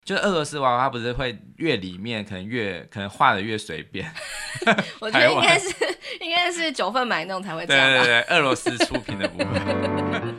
就是俄罗斯娃娃它不是会越里面可能画的越随便我觉得应该是9份买弄才会这样吧。 对，俄罗斯出品的部分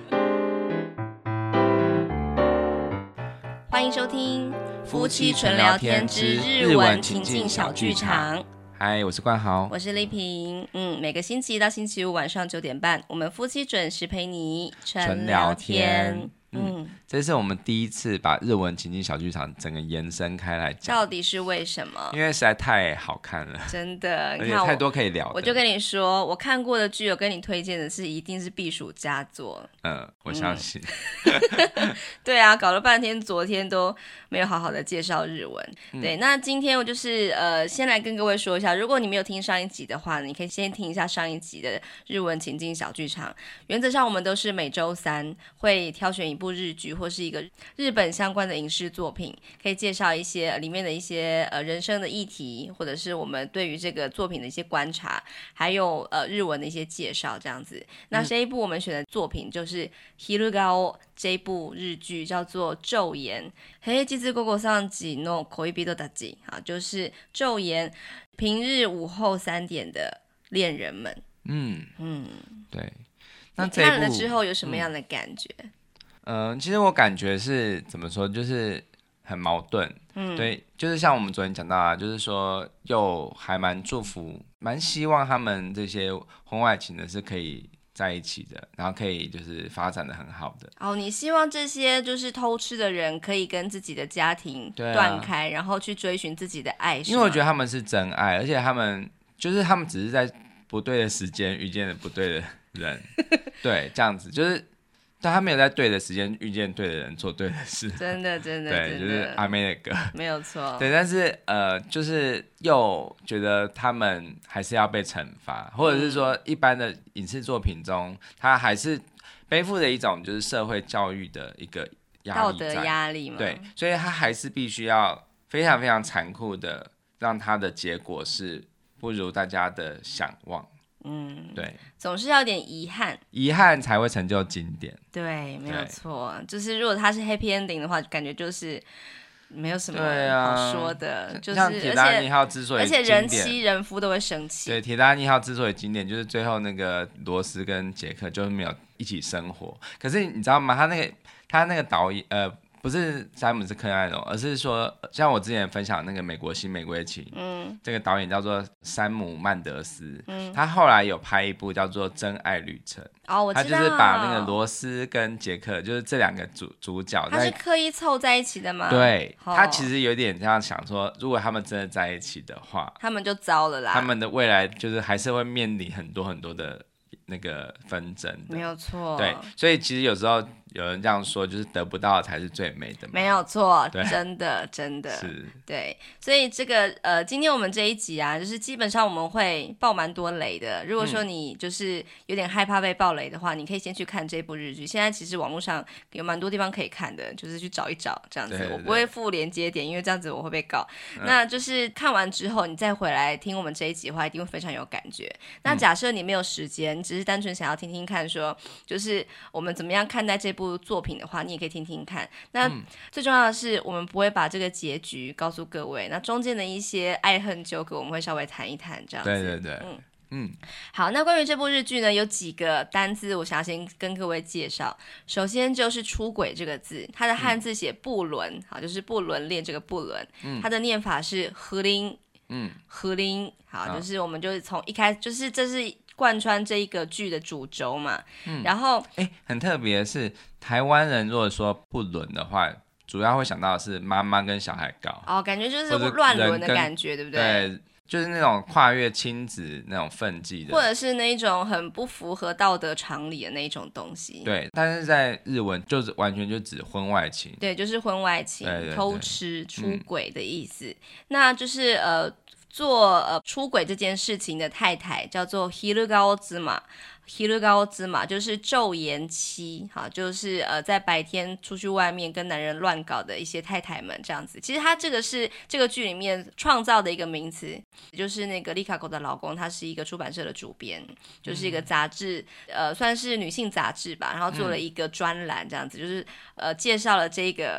欢迎收听夫妻纯聊天之日文情境小剧场。 嗨，我是冠豪， 我是丽萍。每个星期一到星期五晚上9点半，我们夫妻准时陪你纯聊天。 这是我们第一次把日文情境小剧场整个延伸开来讲， 到底是为什么？ 因为实在太好看了， 真的， 而且太多可以聊的。 我就跟你说，我看过的剧，我跟你推荐的是一定是必属佳作。 我相信。 对啊，搞了半天，昨天都没有好好的介绍日文。对，那今天我就是先来跟各位说一下，如果你没有听上一集的话，你可以先听一下上一集的日文情境小剧场。原则上我们都是每周三会挑选一部日剧或是一个日本相关的影视作品，可以介绍一些里面的一些人生的议题，或者是我们对于这个作品的一些观察，还有日文的一些介绍这样子。那这一部我们选的作品就是Hirugao 这一部日剧，叫做《昼颜》。平日午後3時の恋人たち啊，就是昼颜，平日午后3点的恋人们。 对。那这一部看了之后有什么样的感觉？ 其实我感觉是怎么说，就是很矛盾。对，就是像我们昨天讲到啊，就是说又还蛮祝福，蛮希望他们这些婚外情的是可以在一起的，然后可以就是发展的很好的。 你希望这些就是偷吃的人可以跟自己的家庭断开，然后去追寻自己的爱， 因为我觉得他们是真爱，而且他们只是在不对的时间遇见了不对的人，对，这样子就是。但他没有在对的时间遇见对的人做对的事， 真的， 对，就是阿妹的歌， 没有错。 对，但是就是又觉得他们还是要被惩罚，或者是说一般的影视作品中，他还是背负着一种就是社会教育的一个压力， 道德压力嘛， 对，所以他还是必须要非常非常残酷的让他的结果是不如大家的想望。对， 总是要有点遗憾， 遗憾才会成就经典。 对，没有错。就是如果它是 happy ending 的话，感觉就是没有什么好说的。就是像铁达尼号之所以经典， 而且人妻人夫都会生气。 对，铁达尼号之所以经典，就是最后那个罗斯跟杰克就是没有一起生活。可是你知道吗？他那个导演不是詹姆斯·克莱隆，而是说像我之前分享那个《美国新玫瑰情》，这个导演叫做山姆·曼德斯，他后来有拍一部叫做《真爱旅程》， 我知道， 他就是把那个罗斯跟杰克，就是这两个主角， 他是刻意凑在一起的吗？ 对，他其实有点这样想说，如果他们真的在一起的话， 他们就糟了啦， 他们的未来就是还是会面临很多很多的那个纷争的， 没有错。 对，所以其实有时候有人这样说，就是得不到才是最美的嘛， 没有错，真的是， 对。所以这个今天我们这一集啊，就是基本上我们会爆蛮多雷的。如果说你就是有点害怕被爆雷的话，你可以先去看这部日剧。现在其实网络上有蛮多地方可以看的，就是去找一找这样子。 对， 我不会附连接点，因为这样子我会被告。那就是看完之后，你再回来听我们这一集的话，一定会非常有感觉。那假设你没有时间，只是单纯想要听听看说，就是我们怎么样看待这部作品的话，你也可以听听看。那最重要的是，我们不会把这个结局告诉各位，那中间的一些爱恨纠葛，我们会稍微谈一谈，这样子。 对， 好，那关于这部日剧呢，有几个单字我想要先跟各位介绍。首先就是出轨这个字，它的汉字写不伦，好，就是不伦恋这个不伦，它的念法是和林，和林，好，就是我们就从一开始，就是这是贯穿这一个剧的主轴嘛，然后很特别的是，台湾人如果说不伦的话，主要会想到的是妈妈跟小孩搞， 感觉就是乱伦的感觉，对不对？ 对，就是那种跨越亲子那种分际的， 或者是那一种很不符合道德常理的那一种东西。 对，但是在日文就是完全就指婚外情， 对，就是婚外情， 对偷吃、出轨的意思。那就是做出轨这件事情的太太叫做 Hirugao 之马。Hirugao 之马就是昼颜妻，好，就是在白天出去外面跟男人乱搞的一些太太们这样子。其实他这个是这个剧里面创造的一个名词，就是那个丽卡口的老公，他是一个出版社的主编，就是一个杂志，算是女性杂志吧，然后做了一个专栏这样子，就是介绍了这个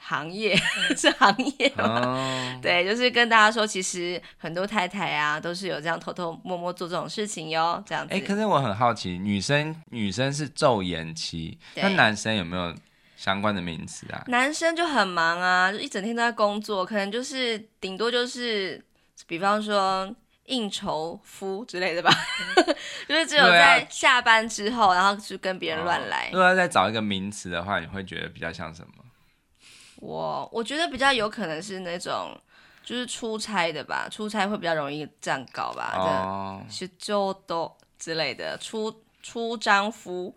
行业是行业吗？ 哦， 对，就是跟大家说，其实很多太太啊，都是有这样偷偷摸摸做这种事情哟，这样子。 可是我很好奇，女生是昼颜期，那对男生有没有相关的名词啊？ 男生就很忙啊，就一整天都在工作，可能就是顶多就是，比方说应酬夫之类的吧，就是只有在下班之后，然后就跟别人乱来。 如果要再找一个名词的话，你会觉得比较像什么？ 我觉得比较有可能是那种就是出差的吧，出差会比较容易这样搞吧， 哦， 是就都之类的出张夫，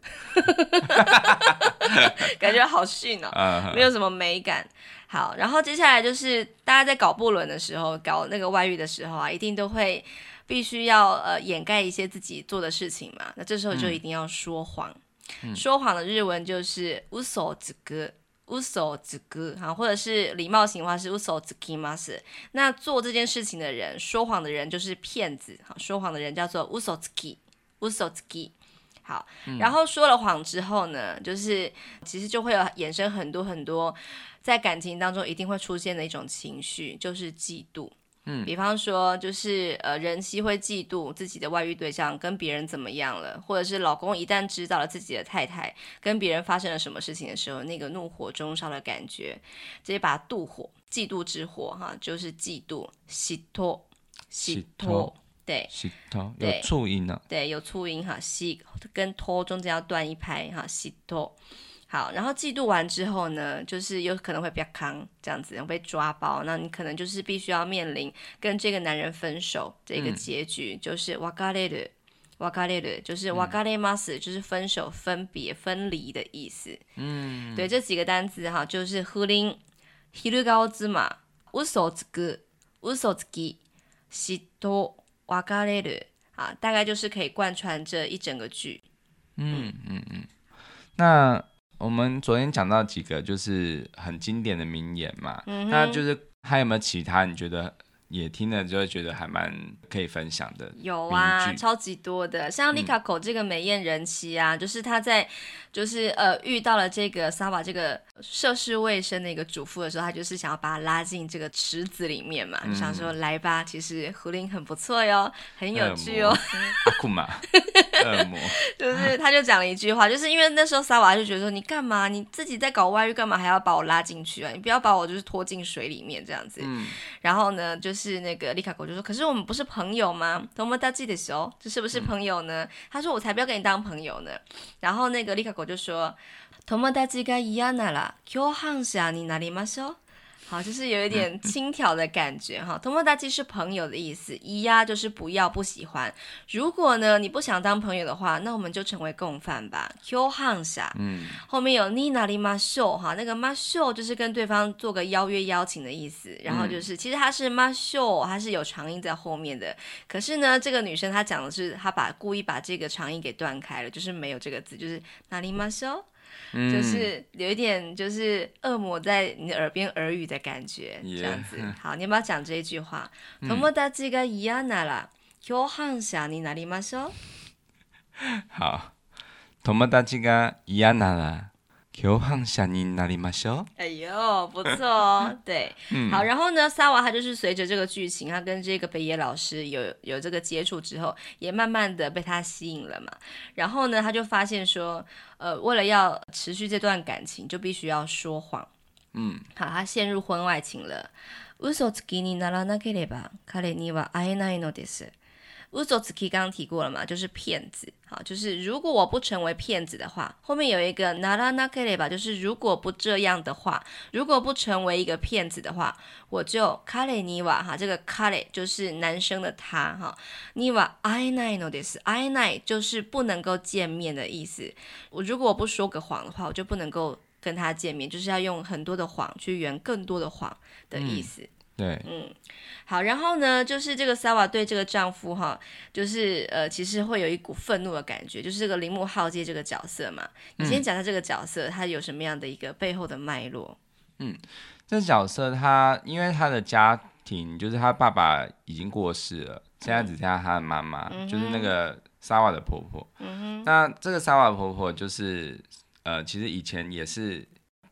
感觉好逊哦，没有什么美感。好，然后接下来就是大家在搞不伦的时候，搞那个外遇的时候啊，一定都会必须要掩盖一些自己做的事情嘛。那这时候就一定要说谎，说谎的日文就是嘘つく。嘘つく哈，或者是礼貌型的话是嘘つきます。那做这件事情的人，说谎的人就是骗子哈，说谎的人叫做嘘つき，嘘つき。好，然后说了谎之后呢，就是其实就会有衍生很多很多在感情当中一定会出现的一种情绪，就是嫉妒。比方说，就是人妻会嫉妒自己的外遇对象跟别人怎么样了，或者是老公一旦知道了自己的太太跟别人发生了什么事情的时候，那个怒火中烧的感觉，这把妒火、嫉妒之火哈，就是嫉妒，嫉妬， 嫉妬， 对， 嫉妬有促音呢， 对，有促音哈，喜跟托中间要断一拍哈，喜托。好，然后嫉妒完之后呢，就是有可能会比较康这样子，被抓包，那你可能就是必须要面临跟这个男人分手这个结局，就是別れる。別れる就是別れます，就是分手、分别、分離的意思。对，这几个单词哈，就是不倫、昼顔妻、嘘つく、嘘つき、嫉妬、別れる啊，大概就是可以贯穿这一整个句。 那我们昨天讲到几个就是很经典的名言嘛，那就是还有没有其他你觉得也听了就会觉得还蛮可以分享的？ 有啊，超级多的，像丽卡口这个美艳人妻啊，就是她在就是遇到了这个萨瓦这个涉世未深的一个主妇的时候，她就是想要把她拉进这个池子里面嘛，就想说来吧，其实胡林很不错哟，很有趣哦。 阿库玛，恶魔， 就是他就讲了一句话，就是因为那时候萨瓦就觉得说你干嘛，你自己在搞外遇，干嘛还要把我拉进去啊？你不要把我就是拖进水里面这样子。然后呢，就是那个丽卡狗就说，可是我们不是朋友吗？友達的时候，这是不是朋友呢？他说我才不要跟你当朋友呢。然后那个丽卡狗就说，友達が嫌なら共犯者になりましょう。好，就是有一点轻佻的感觉哈。友達是朋友的意思，伊呀就是不要、不喜欢。如果呢你不想当朋友的话，那我们就成为共犯吧。共犯者，后面有になりましょう哈，那个ましょう就是跟对方做个邀约、邀请的意思。然后就是其实它是ましょう，它是有长音在后面的。可是呢，这个女生她讲的是她故意把这个长音给断开了，就是没有这个字，就是なりましょう。就是有一点就是恶魔在你的耳边耳语的感觉，这样子。好，你要不要讲这一句话？友達が嫌なら共犯者になりましょう。 好，友達が嫌なら共犯者になりましょう。 哎呦，不错哦，对，好，然后呢，萨瓦他就是随着这个剧情，他跟这个北野老师有这个接触之后，也慢慢的被他吸引了嘛。然后呢，他就发现说，为了要持续这段感情，就必须要说谎。好，他陷入婚外情了。嘘つきにならなければ彼には会えないのです。嘘つき刚刚提过了嘛，就是骗子。好，就是如果我不成为骗子的话，后面有一个ならなければ，就是如果不这样的话，如果不成为一个骗子的话，我就彼には哈，这个彼就是男生的他哈，には会えないのです。会えない就是不能够见面的意思。如果我不说个谎的话，我就不能够跟他见面，就是要用很多的谎去圆更多的谎的意思。 对， 好，然后呢，就是这个萨瓦对这个丈夫哈，就是其实会有一股愤怒的感觉，就是这个铃木浩介这个角色嘛。你先讲他这个角色，他有什么样的一个背后的脉络？ 这角色因为他的家庭就是他爸爸已经过世了，现在只剩下他的妈妈，就是那个萨瓦的婆婆。那这个萨瓦婆婆就是其实以前也是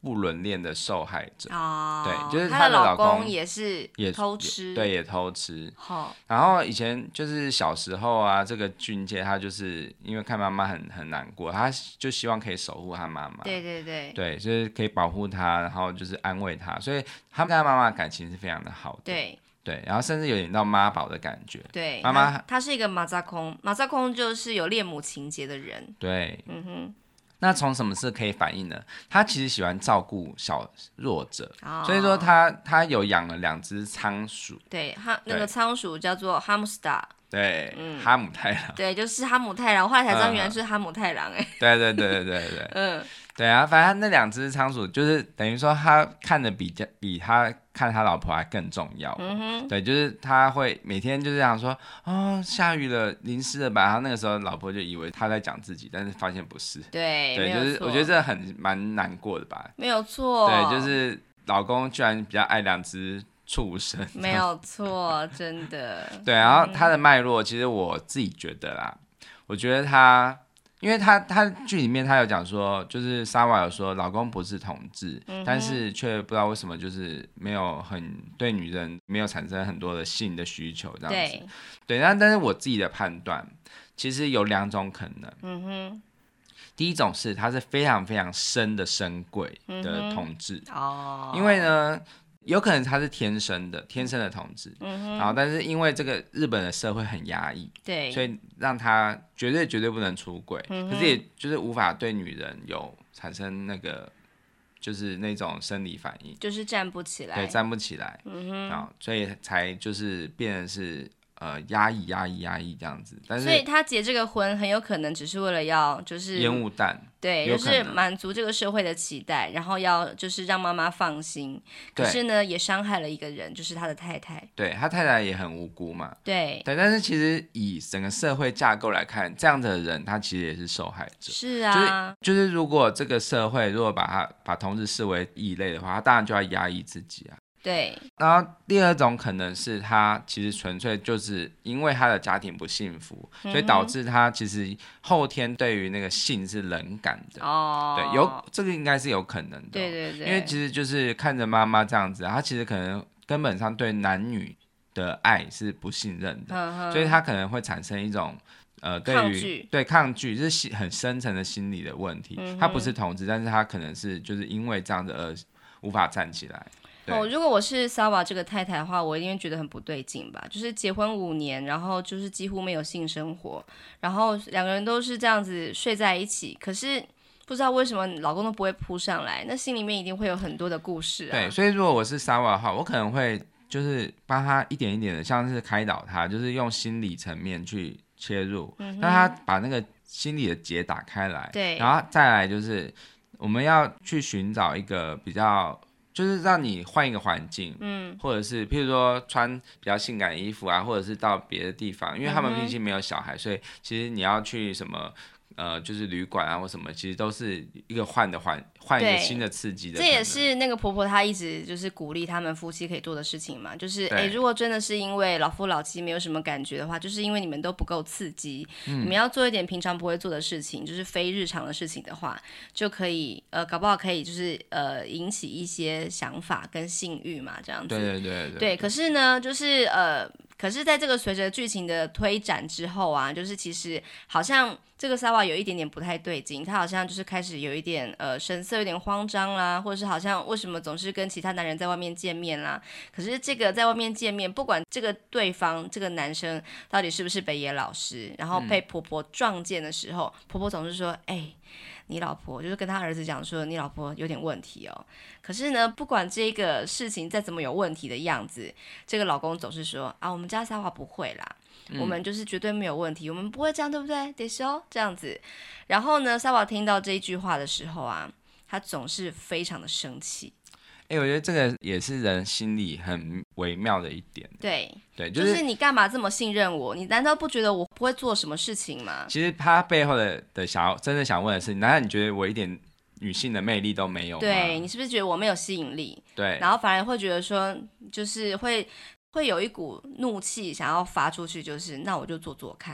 不伦恋的受害者。 哦， 对，就是她的老公也是偷吃， 对，也偷吃。 哦， 然后以前就是小时候啊，这个俊介他就是因为看妈妈很难过，他就希望可以守护他妈妈。 对对对， 对，就是可以保护他，然后就是安慰他，所以他跟他妈妈的感情是非常的好的。 对。 对，然后甚至有点到妈宝的感觉。 对， 妈妈他是一个马扎空，马扎空就是有恋母情节的人。 对，那从什么事可以反映呢？他其实喜欢照顾小弱者，所以说他有养了2只仓鼠。 对，那个仓鼠叫做哈姆斯塔。 对，哈姆太郎。 对，就是哈姆太郎，后来才知道原来是哈姆太郎哎。 对对对对对对。对啊，反正那2只仓鼠就是等于说他看的比他看他老婆还更重要。对，就是他会每天就是想说，哦，下雨了，淋湿了吧？然后那个时候老婆就以为他在讲自己，但是发现不是。 对， 对，就是我觉得这蛮难过的吧。 没有错。 对，就是老公居然比较爱2只畜生。 没有错，真的。 对，然后他的脉络，其实我自己觉得啦，我觉得他。因为他剧里面他有讲说，就是沙瓦有说老公不是同志，但是却不知道为什么就是没有对女人没有产生很多的性的需求这样子。对，但是我自己的判断其实有2种可能。第一种是他是非常非常深的深柜的同志。因为呢。有可能他是天生的同志，然后但是因为这个日本的社会很压抑， 对， 所以让他绝对不能出轨，可是也就是无法对女人有产生那个就是那种生理反应， 就是站不起来， 对，站不起来，然后所以才就是变成是压抑这样子，但是所以他结这个婚很有可能只是为了要就是烟雾弹。 对，就是满足这个社会的期待，然后要就是让妈妈放心。可是呢，也伤害了一个人，就是他的太太。 对，他太太也很无辜嘛。 对， 但是其实以整个社会架构来看，这样的人他其实也是受害者。 是啊， 就是如果这个社会如果把同志视为异类的话，他当然就要压抑自己啊。 对， 然后第2种可能是他其实纯粹就是因为他的家庭不幸福，所以导致他其实后天对于那个性是冷感的。对，这个应该是有可能的。 对对对， 因为其实就是看着妈妈这样子，他其实可能根本上对男女的爱是不信任的，所以他可能会产生一种抗拒，就是很深层的心理的问题。他不是同志，但是他可能是就是因为这样的而无法站起来。 如果我是萨瓦这个太太的话，我一定会觉得很不对劲吧。就是结婚5年，然后就是几乎没有性生活，然后2个人都是这样子睡在一起，可是不知道为什么老公都不会扑上来，那心里面一定会有很多的故事啊。 对，所以如果我是萨瓦的话，我可能会就是帮他一点一点的，像是开导他，就是用心理层面去切入，让他把那个心理的结打开来。 对， 然后再来就是我们要去寻找一个比较。就是让你换一个环境，或者是譬如说穿比较性感的衣服啊，或者是到别的地方，因为他们毕竟没有小孩，所以其实你要去什么就是旅馆啊或什么，其实都是一个换一个新的刺激的。 这也是那个婆婆她一直就是鼓励他们夫妻可以做的事情嘛，就是如果真的是因为老夫老妻没有什么感觉的话，就是因为你们都不够刺激，你们要做一点平常不会做的事情，就是非日常的事情的话，就可以搞不好可以就是引起一些想法跟性欲嘛，这样子。对，可是呢，就是可是在这个随着剧情的推展之后啊，就是其实好像这个萨瓦有一点点不太对劲，他好像就是开始有一点神色有点慌张啦，或者是好像为什么总是跟其他男人在外面见面啦。可是这个在外面见面，不管这个对方这个男生到底是不是北野老师，然后被婆婆撞见的时候，婆婆总是说你老婆就是跟他儿子讲说你老婆有点问题哦。可是呢，不管这个事情再怎么有问题的样子，这个老公总是说我们家萨瓦不会啦，我们就是绝对没有问题，我们不会这样，对不对？得说这样子。然后呢，萨瓦听到这一句话的时候啊，他总是非常的生气。 我觉得这个也是人心里很微妙的一点。 对，就是你干嘛这么信任我？你难道不觉得我不会做什么事情吗？ 其实他背后的真的想问的是，难道你觉得我一点女性的魅力都没有吗？ 对，你是不是觉得我没有吸引力？ 对， 然后反而会觉得说，就是会有一股怒气想要发出去，就是那我就做做看，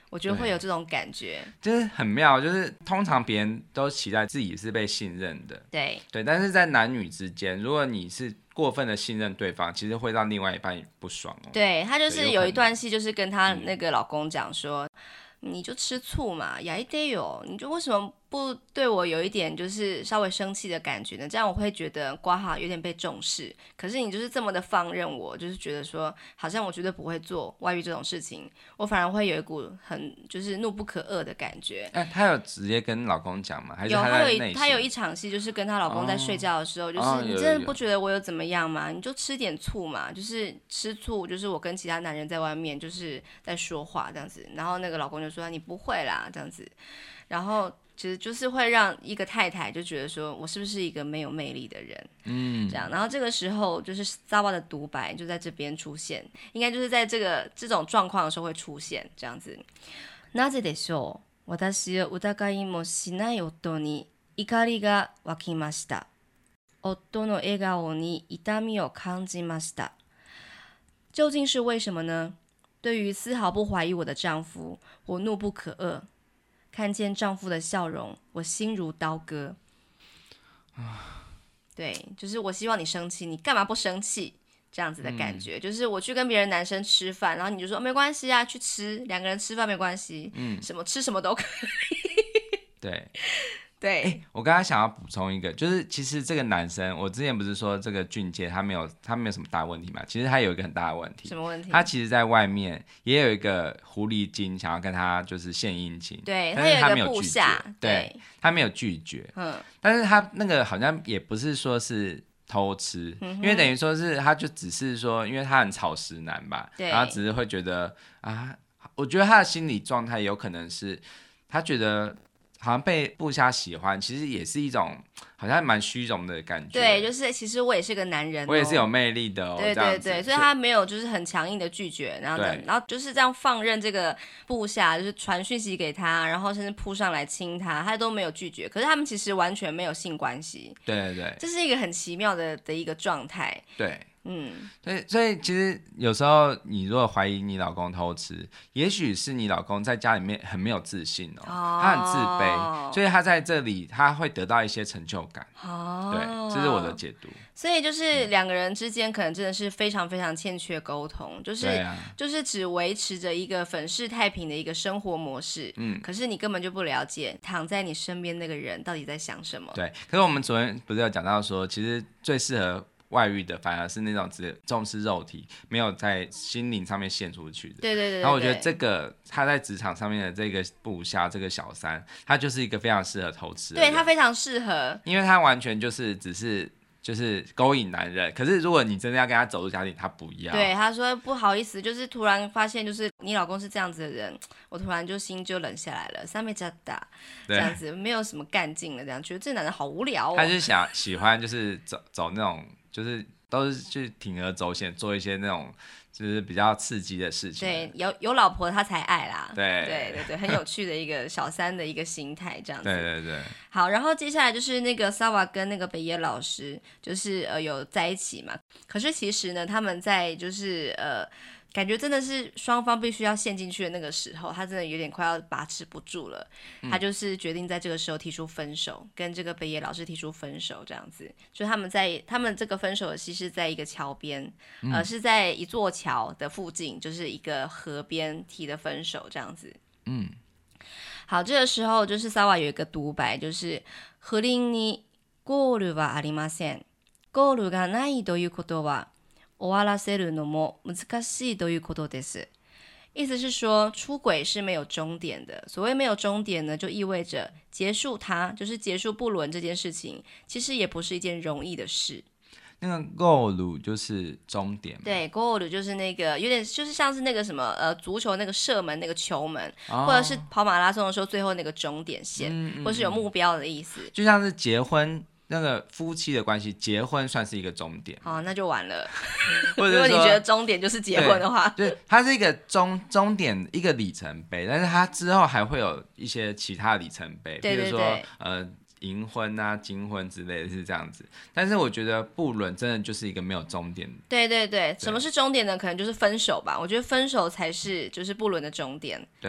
我觉得会有这种感觉， 就是很妙，就是通常别人都期待自己是被信任的， 对， 但是在男女之间，如果你是过分的信任对方，其实会让另外一半不爽哦。 对，她就是有一段戏，就是跟她那个老公讲说，你就吃醋嘛，呀一得有，你就为什么不对我有一点就是稍微生气的感觉呢？这样我会觉得挂号有点被重视。可是你就是这么的放任我，就是觉得说好像我绝对不会做外遇这种事情，我反而会有一股很就是怒不可遏的感觉。 她有直接跟老公讲吗？还是她有一场戏，就是跟她老公在睡觉的时候，就是你真的不觉得我有怎么样吗？你就吃点醋嘛，就是吃醋，就是我跟其他男人在外面就是在说话这样子，然后那个老公就说你不会啦这样子，然后其实就是会让一个太太就觉得说我是不是一个没有魅力的人，这样，然后这个时候就是萨瓦的独白就在这边出现，应该就是在这种状况的时候会出现这样子。なぜでしょう。私を疑いもしない夫に怒りが湧きました。夫の笑顔に痛みを感じました。究竟是为什么呢？对于丝毫不怀疑我的丈夫，我怒不可遏。看见丈夫的笑容，我心如刀割。对，就是我希望你生气，你干嘛不生气？这样子的感觉，就是我去跟别人男生吃饭，然后你就说没关系啊，去吃，两个人吃饭没关系，什么吃什么都可以。 对。 对， 我刚刚想要补充一个，就是其实这个男生，我之前不是说这个俊介他没有什么大问题嘛？其实他有一个很大的问题。 什么问题？ 他其实在外面也有一个狐狸精想要跟他就是献殷勤， 对， 但是他没有一个部下， 对，他没有拒绝，但是他那个好像也不是说是偷吃，因为等于说是他就只是说，因为他很草食男吧，然后只是会觉得啊，我觉得他的心理状态有可能是他觉得好像被部下喜欢，其实也是一种好像蛮虚荣的感觉。 对，就是其实我也是个男人， 我也是有魅力的哦。 对对对，所以他没有就是很强硬的拒绝，然后就是这样放任这个部下就是传讯息给他，然后甚至扑上来亲他，他都没有拒绝。可是他们其实完全没有性关系。 对对对， 这是一个很奇妙的一个状态。 对。所以其实有时候你如果怀疑你老公偷吃，也许是你老公在家里面很没有自信他很自卑，所以他在这里他会得到一些成就感。对，这是我的解读。 所以就是两个人之间可能真的是非常非常欠缺沟通，就是只维持着一个粉饰太平的一个生活模式。可是你根本就不了解躺在你身边那个人到底在想什么。 对，可是我们昨天不是有讲到说，其实最适合外遇的反而是那种只重视肉体，没有在心灵上面献出去的。 对对 对。 然后我觉得这个他在职场上面的这个部下，这个小三，他就是一个非常适合偷吃的人。 对，他非常适合， 因为他完全就是只是就是勾引男人。可是如果你真的要跟他走入家庭，他不要。 对，他说不好意思，就是突然发现就是你老公是这样子的人，我突然就心就冷下来了，上面加大这样子，没有什么干劲了，这样觉得这男人好无聊哦。 他就喜欢就是走那种。就是都是去铤而走险，做一些那种就是比较刺激的事情。 对，有老婆他才爱啦。 对对对对，很有趣的一个小三的一个心态，这样子。 对对对。 好，然后接下来就是那个萨瓦跟那个北野老师，就是有在一起嘛。可是其实呢，他们在就是感觉真的是双方必须要陷进去的那个时候，他真的有点快要把持不住了。他就是决定在这个时候提出分手，跟这个北野老师提出分手，这样子。就他们这个分手的戏是在一个桥边，是在一座桥的附近，就是一个河边提的分手，这样子。好，这个时候就是萨瓦有一个独白，就是不倫にゴールはありません。ゴールがないということは終わらせるのも難しいということです。意思是说，出轨是没有终点的。所谓没有终点呢，就意味着结束它，就是结束不伦这件事情，其实也不是一件容易的事。 那个 goal 就是终点， 对 goal 就是那个有点就是像是那个什么足球那个射门那个球门，或者是跑马拉松的时候最后那个终点线，或是有目标的意思。 就像是结婚那个夫妻的关系，结婚算是一个终点。 那就完了。 或者如果你觉得终点就是结婚的话， 对，它是一个终点一个里程碑，但是它之后还会有一些其他里程碑，比如说银婚啊、金婚之类的，是这样子。但是我觉得不伦真的就是一个没有终点。 对对对，什么是终点呢？可能就是分手吧。我觉得分手才是就是不伦的终点。 对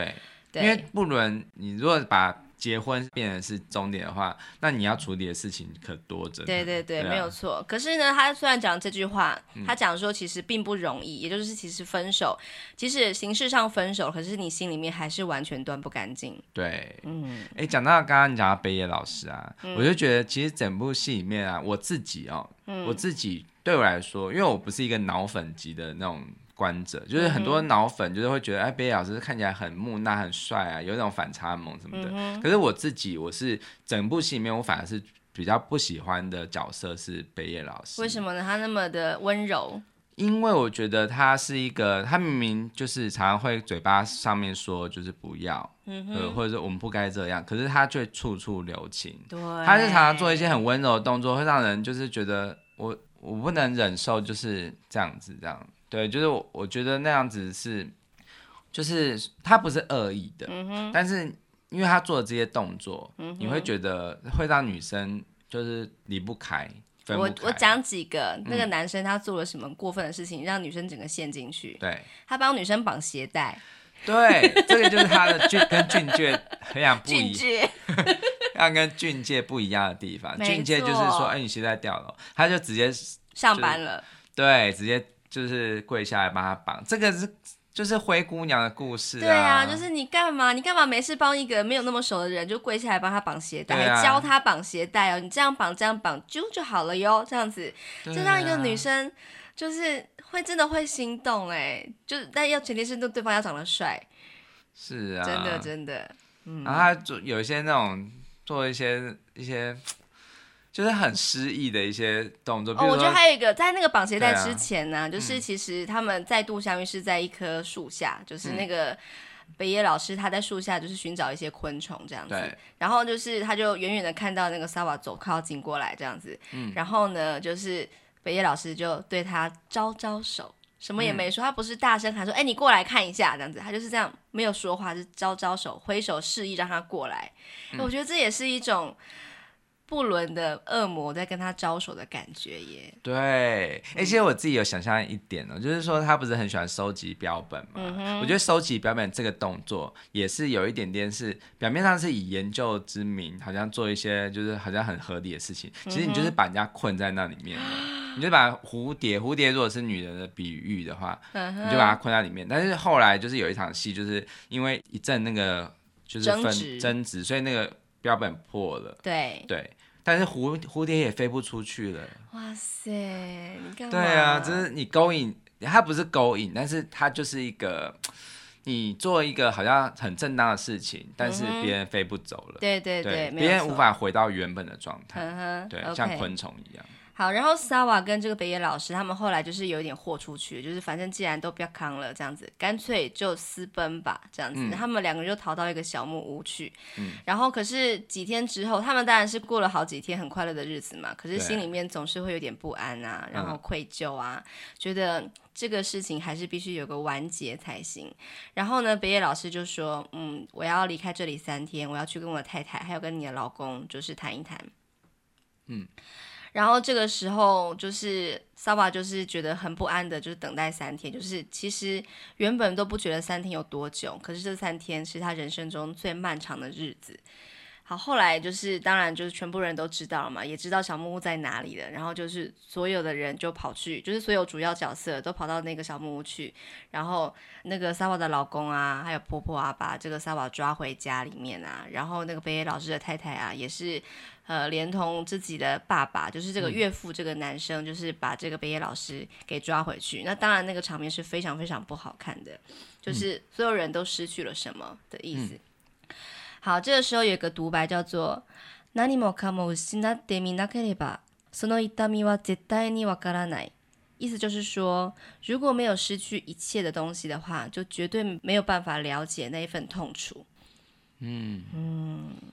对， 因为不论你如果把结婚变成是终点的话，那你要处理的事情可多着呢。 对对对， 对啊没有错。可是呢，他虽然讲这句话，他讲说其实并不容易，也就是其实分手，即使形式上分手，可是你心里面还是完全断不干净。 对，讲到刚刚你讲到北野老师啊，我就觉得其实整部戏里面啊，我自己对我来说，因为我不是一个脑粉级的那种观者，就是很多脑粉就是会觉得，北野老师看起来很木讷、很帅啊，有那种反差萌什么的。可是我是整部戏里面，我反而是比较不喜欢的角色是北野老师。 为什么呢？他那么的温柔。 因为我觉得他是一个，他明明就是常常会嘴巴上面说就是不要，或者是我们不该这样，可是他却处处留情。 对， 他是常常做一些很温柔的动作，会让人就是觉得我不能忍受，就是这样子这样。对，就是我觉得那样子就是他不是恶意的，但是因为他做的这些动作，你会觉得会让女生就是离不开。 我讲几个，那个男生他做了什么过分的事情，让女生整个陷进去。 对， 他帮女生绑鞋带。 对，这个就是他的跟俊介很想不一样，要跟俊介不一样的地方。俊介就是说，你鞋带掉了，他就直接上班了。 对，直接就是跪下来帮他绑。这个就是灰姑娘的故事啊。 对啊，就是你干嘛没事帮一个没有那么熟的人就跪下来帮他绑鞋带，还教他绑鞋带哦，你这样绑就好了哟，这样子，这让一个女生就是真的会心动但要前提是对方要长得帅。 是啊， 真的。 然后他有一些那种做一些就是很诗意的一些动作。 我觉得还有一个，在那个绑鞋带之前呢，就是其实他们再度相遇是在一棵树下，就是那个北野老师他在树下就是寻找一些昆虫这样子，然后就是他就远远的看到那个沙瓦靠近过来这样子，然后呢就是北野老师就对他招手。什么也没说，他不是大声喊说你过来看一下这样子，他就是这样没有说话，就招手挥手示意让他过来。我觉得这也是一种不伦的恶魔在跟他招手的感觉耶。 对，其实我自己有想象一点就是说他不是很喜欢收集标本嘛，我觉得收集标本这个动作也是有一点点是表面上是以研究之名，好像做一些就是好像很合理的事情，其实你就是把人家困在那里面你就把蝴蝶如果是女人的比喻的话，你就把它困在里面。但是后来就是有一场戏，就是因为一阵那个就是争执，所以那个标本破了。 对， 但是蝴蝶也飞不出去了。 哇塞，你干嘛？ 对啊，就是你勾引，它不是勾引，但是它就是一个你做一个好像很正当的事情，但是别人飞不走了。 对， 别人无法回到原本的状态。对，像昆虫一样。 好，然后萨瓦跟这个北野老师他们后来就是有一点豁出去，就是反正既然都不要扛了这样子，干脆就私奔吧这样子，他们两个人就逃到一个小木屋去，然后可是几天之后，他们当然是过了好几天很快乐的日子嘛，可是心里面总是会有点不安啊，然后愧疚啊，觉得这个事情还是必须有个完结才行。然后呢，北野老师就说我要离开这里3天，我要去跟我的太太还有跟你的老公就是谈一谈。然后这个时候就是萨瓦就是觉得很不安的，就是等待3天，就是其实原本都不觉得3天有多久，可是这3天是他人生中最漫长的日子。好，后来就是当然就是全部人都知道了嘛，也知道小木屋在哪里了，然后就是所有的人就跑去，就是所有主要角色都跑到那个小木屋去，然后那个萨瓦的老公啊还有婆婆啊把这个萨瓦抓回家里面啊，然后那个北野老师的太太啊也是连同自己的爸爸就是这个岳父这个男生就是把这个北野老师给抓回去。那当然那个场面是非常非常不好看的，就是所有人都失去了什么的意思。好，这个时候有一个独白叫做何もかも失ってみなければその痛みは絶対にわからない。意思就是说，如果没有失去一切的东西的话，就绝对没有办法了解那一份痛楚。对，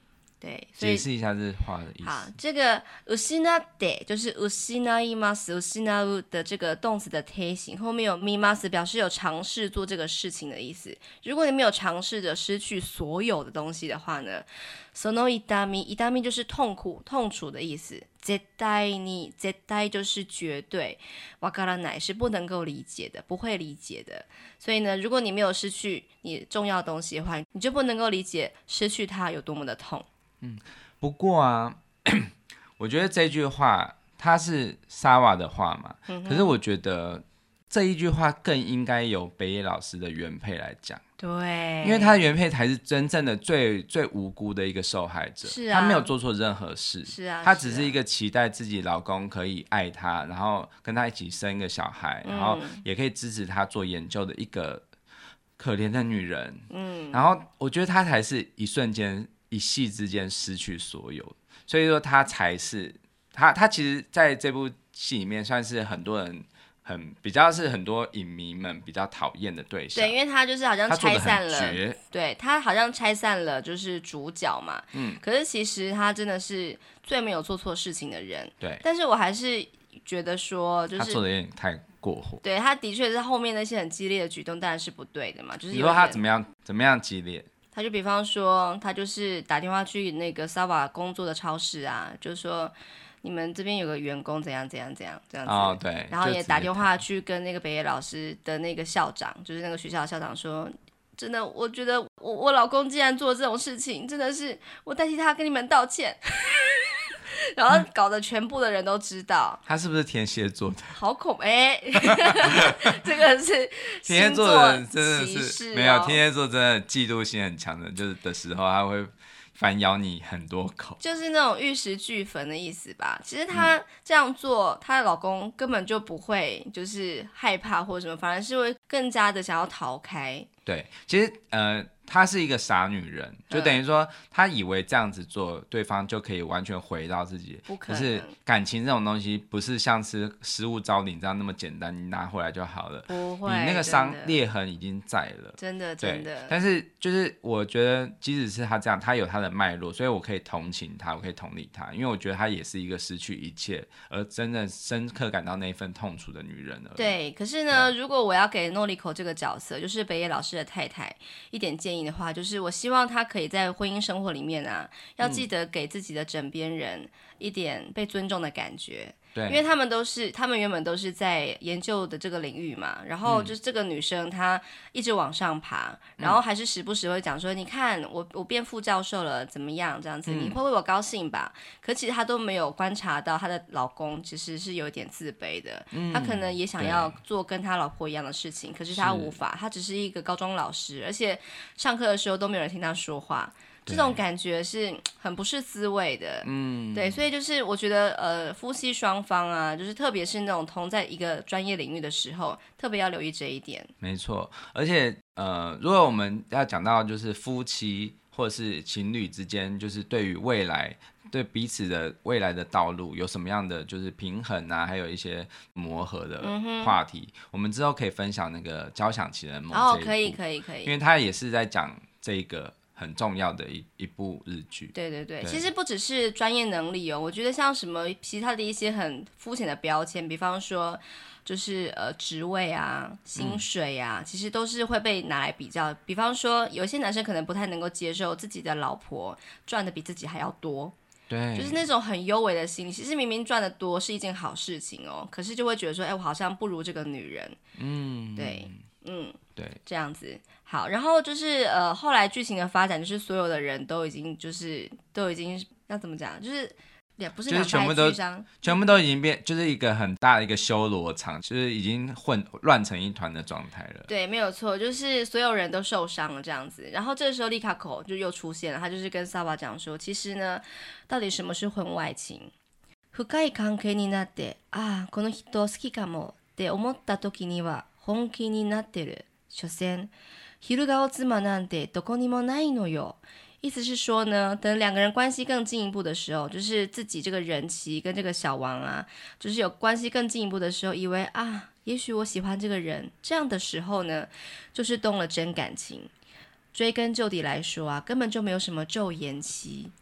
对，所以解释一下这话的意思。 好，这个失って就是失います失う的这个动词的贴形，后面有見ます表示有尝试做这个事情的意思。如果你没有尝试着失去所有的东西的话呢，その痛み就是痛苦、痛楚的意思。絶対就是绝对，わからない是不能够理解的，不会理解的。所以呢，如果你没有失去你重要的东西的话，你就不能够理解失去它有多么的痛。 不过啊，我觉得这句话它是沙瓦的话嘛，可是我觉得这一句话更应该由北野老师的原配来讲。 对， 因为他的原配才是真正的最无辜的一个受害者， 是啊， 他没有做错任何事， 是啊， 他只是一个期待自己老公可以爱她，然后跟他一起生一个小孩，然后也可以支持他做研究的一个可怜的女人。然后我觉得他才是一瞬间、一夕之间失去所有，所以说他才是他其实在这部戏里面算是很多人。比较是很多影迷们比较讨厌的对象， 对，因为他就是好像拆散了， 绝对他好像拆散了就是主角嘛，可是其实他真的是最没有做错事情的人， 对， 但是我还是觉得说，就是他做的有点太过火， 对，他的确是后面那些很激烈的举动当然是不对的嘛，就是你说他怎么样激烈？ 他就比方说，他就是打电话去那个萨瓦工作的超市啊，就是说。你们这边有个员工怎样这样子， 哦对， 然后也打电话去跟那个北野老师的那个校长，就是那个学校的校长说，真的，我觉得我老公既然做这种事情，真的是我代替他跟你们道歉，然后搞得全部的人都知道， 他是不是天蝎座的？ 好恐这个是天蝎座的人真的是没有，天蝎座真的嫉妒心很强的，就是的时候他会。反咬你很多口， 就是那种玉石俱焚的意思吧。其实她这样做，她的老公根本就不会就是害怕或什么，反而是会更加的想要逃开。 对，其实她是一个傻女人，就等于说她以为这样子做，对方就可以完全回到自己。 不可能， 可是感情这种东西不是像是失物招领这样那么简单，你拿回来就好了。 不会， 你那个裂痕已经在了， 真的。 但是就是我觉得，即使是她这样，她有她的脉络，所以我可以同情她，我可以同理她，因为我觉得她也是一个失去一切而真正深刻感到那一份痛楚的女人而已。 对，可是呢，如果我要给诺里口这个角色，就是北野老师的太太一点建议的话，就是我希望她可以在婚姻生活里面啊，要记得给自己的枕边人一点被尊重的感觉。 对， 因为他们原本都是在研究的这个领域嘛，然后就是这个女生她一直往上爬，然后还是时不时会讲说，你看我变副教授了，怎么样这样子，你会为我高兴吧？可其实她都没有观察到她的老公其实是有点自卑的，他可能也想要做跟他老婆一样的事情，可是他无法，他只是一个高中老师，而且上课的时候都没有人听他说话。这种感觉是很不是滋味的，对，所以就是我觉得夫妻双方啊，就是特别是那种同在一个专业领域的时候，特别要留意这一点。 没错，而且如果我们要讲到就是夫妻或者是情侣之间，就是对于未来对彼此的未来的道路有什么样的就是平衡啊，还有一些磨合的话题，我们之后可以分享那个交响情人梦这一部， 可以， 因为他也是在讲这个很重要的一部日剧。 对，其实不只是专业能力哦，我觉得像什么其他的一些很肤浅的标签，比方说就是职位啊、薪水啊，其实都是会被拿来比较。比方说，有些男生可能不太能够接受自己的老婆赚的比自己还要多。 对， 就是那种很优微的心理，其实明明赚的多是一件好事情哦，可是就会觉得说，我好像不如这个女人。对，对，这样子。好，然后就是后来剧情的发展，就是所有的人都已经要怎么讲，就是也不是两败俱伤， 全部都已经变，就是一个很大的一个修罗场，就是已经乱成一团的状态了。 对，没有错，就是所有人都受伤了这样子。然后这个时候利卡口就又出现了，他就是跟萨瓦讲说，其实呢，到底什么是婚外情？深い関係になって、この人好きかもって思った時には本気になってる。所詮昼顔妻なんてどこにもないのよ。意思是说呢，等两个人关系更进一步的时候，就是自己这个人妻跟这个小王啊，就是有关系更进一步的时候，以为也许我喜欢这个人，这样的时候呢，就是动了真感情。追根究底来说根本就没有什么昼颜期。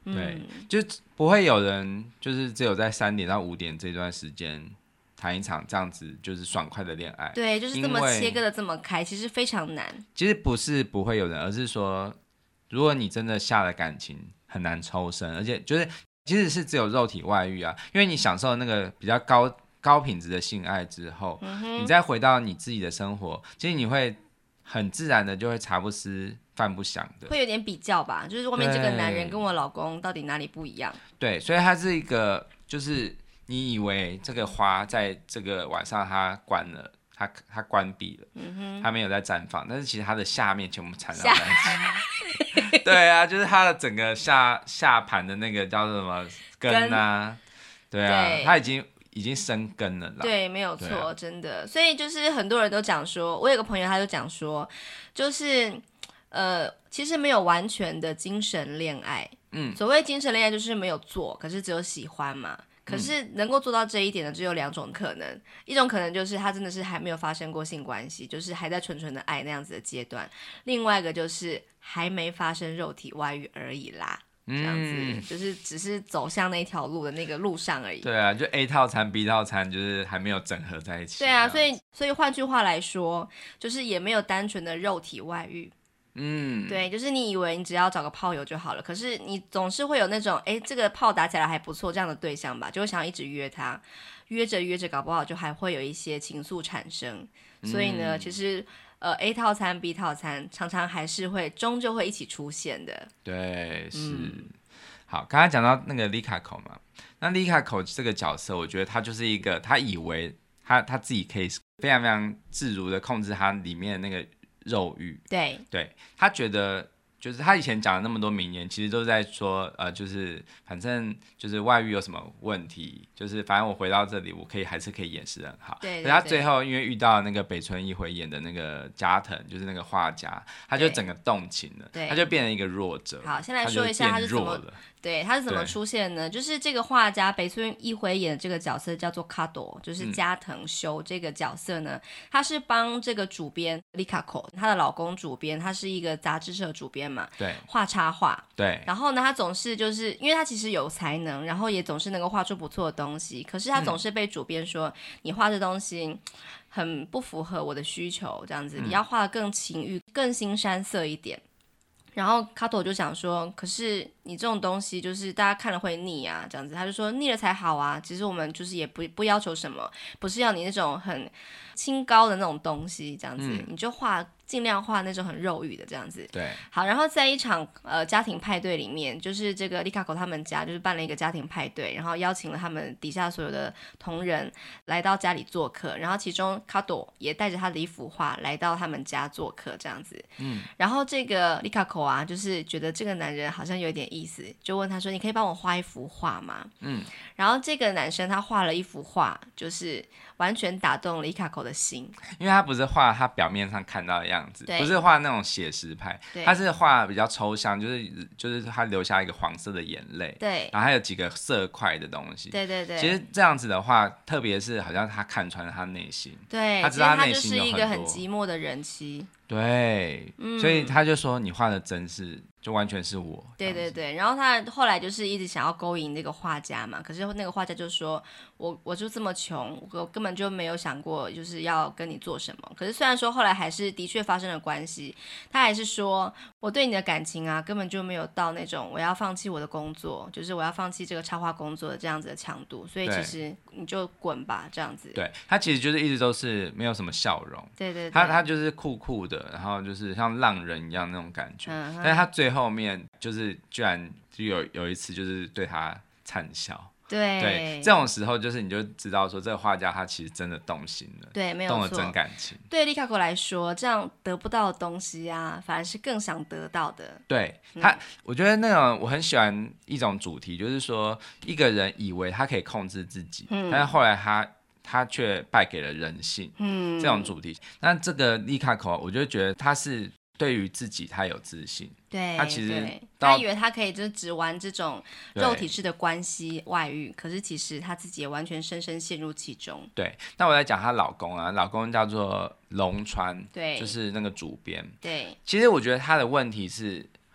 对，就不会有人就是只有在3点到5点这段时间谈一场这样子就是爽快的恋爱。 对，就是这么切割的这么开，其实非常难。 其实不是不会有人，而是说，如果你真的下了感情，很难抽身，而且就是即使是只有肉体外遇啊，因为你享受那个比较高品质的性爱之后，你再回到你自己的生活，其实你会很自然的就会茶不思饭不想的， 会有点比较吧，就是外面这个男人跟我老公到底哪里不一样？ 对，所以它是一个，就是你以为这个花在这个晚上它关了，它关闭了，它没有在绽放，但是其实它的下面全部缠绕在一起。对啊，就是它的整个下盘的那个叫做什么根啊，对啊，它已经生根了啦。 对，没有错，真的。所以就是很多人都讲说，我有个朋友他就讲说，就是其实没有完全的精神恋爱。所谓精神恋爱就是没有做，可是只有喜欢嘛。可是能够做到这一点的只有2种可能，一种可能就是他真的是还没有发生过性关系，就是还在纯纯的爱那样子的阶段；另外一个就是还没发生肉体外遇而已啦。这样子就是只是走向那条路的那个路上而已。 对啊，就 A 套餐 B 套餐就是还没有整合在一起。 对啊，所以换句话来说，就是也没有单纯的肉体外遇。对，就是你以为你只要找个炮友就好了，可是你总是会有那种这个炮打起来还不错这样的对象吧，就会想要一直约他，约着搞不好就还会有一些情愫产生。所以呢，其实A 套餐 B 套餐常常还是会终究会一起出现的。 对，是。好，刚才讲到那个丽卡口嘛，那丽卡口这个角色，我觉得他就是一个，他以为他自己可以非常非常自如的控制他里面的那个肉欲。 对， 他觉得就是他以前讲的那么多名言，其实都是在说就是反正就是外遇有什么问题，就是反正我回到这里，我还是可以掩饰得很好。 对， 可是他最后因为遇到那个北村一辉演的那个加藤，就是那个画家，他就整个动情了，他就变成一个弱者。 好，先来说一下他是怎么。对，他是怎么出现呢？就是这个画家北村一辉演的这个角色叫做卡多，就是加藤修这个角色呢，他是帮这个主编丽卡口，她的老公主编，他是一个杂志社主编嘛， 对， 画插画， 对。 然后呢，他总是就是因为他其实有才能，然后也总是能够画出不错的东西，可是他总是被主编说，你画这东西很不符合我的需求，这样子，你要画得更情欲、更腥膻色一点。然后卡托就想说，可是你这种东西就是大家看了会腻啊，这样子，他就说腻了才好啊。其实我们就是也不要求什么，不是要你那种很清高的那种东西，这样子，你就尽量画那种很肉欲的这样子。 对， 好，然后在一场家庭派对里面，就是这个丽卡口他们家就是办了一个家庭派对，然后邀请了他们底下所有的同仁来到家里做客，然后其中卡朵也带着他的一幅画来到他们家做客这样子。然后这个丽卡口啊，就是觉得这个男人好像有点意思，就问他说：“你可以帮我画一幅画吗？”然后这个男生他画了一幅画，就是完全打动丽卡口的心， 因为他不是画他表面上看到的样子，不是画那种写实派，他是画比较抽象，就是他留下一个黄色的眼泪， 对， 然后还有几个色块的东西， 对。 其实这样子的话，特别是好像他看穿了他内心， 对， 他知道他内心有很多， 其实他就是一个很寂寞的人妻。 对，所以他就说你画的真是就完全是我。 对，然后他后来就是一直想要勾引那个画家嘛，可是那个画家就说我就这么穷，我根本就没有想过就是要跟你做什么。可是虽然说后来还是的确发生了关系，他还是说我对你的感情啊根本就没有到那种我要放弃我的工作，就是我要放弃这个插画工作的这样子的强度，所以其实你就滚吧这样子。 对，他其实就是一直都是没有什么笑容， 对， 他就是酷酷的，然后就是像浪人一样那种感觉，但是他最后面就是居然就有一次就是对他灿笑。对，这种时候就是你就知道说这个画家他其实真的动心了， 对，没有错， 动了真感情。 对丽卡口来说，这样得不到的东西啊，反而是更想得到的。 对他，我觉得那种我很喜欢一种主题，就是说一个人以为他可以控制自己，但是后来他却败给了人性，这种主题。那这个丽卡口，我就觉得他是对于自己他有自信。 对， 他其实他以为他可以就只玩这种肉体式的关系外遇，可是其实他自己也完全深深陷入其中。 对，那我在讲她老公啊，老公叫做龙川， 对， 就是那个主编。 对， 其实我觉得他的问题是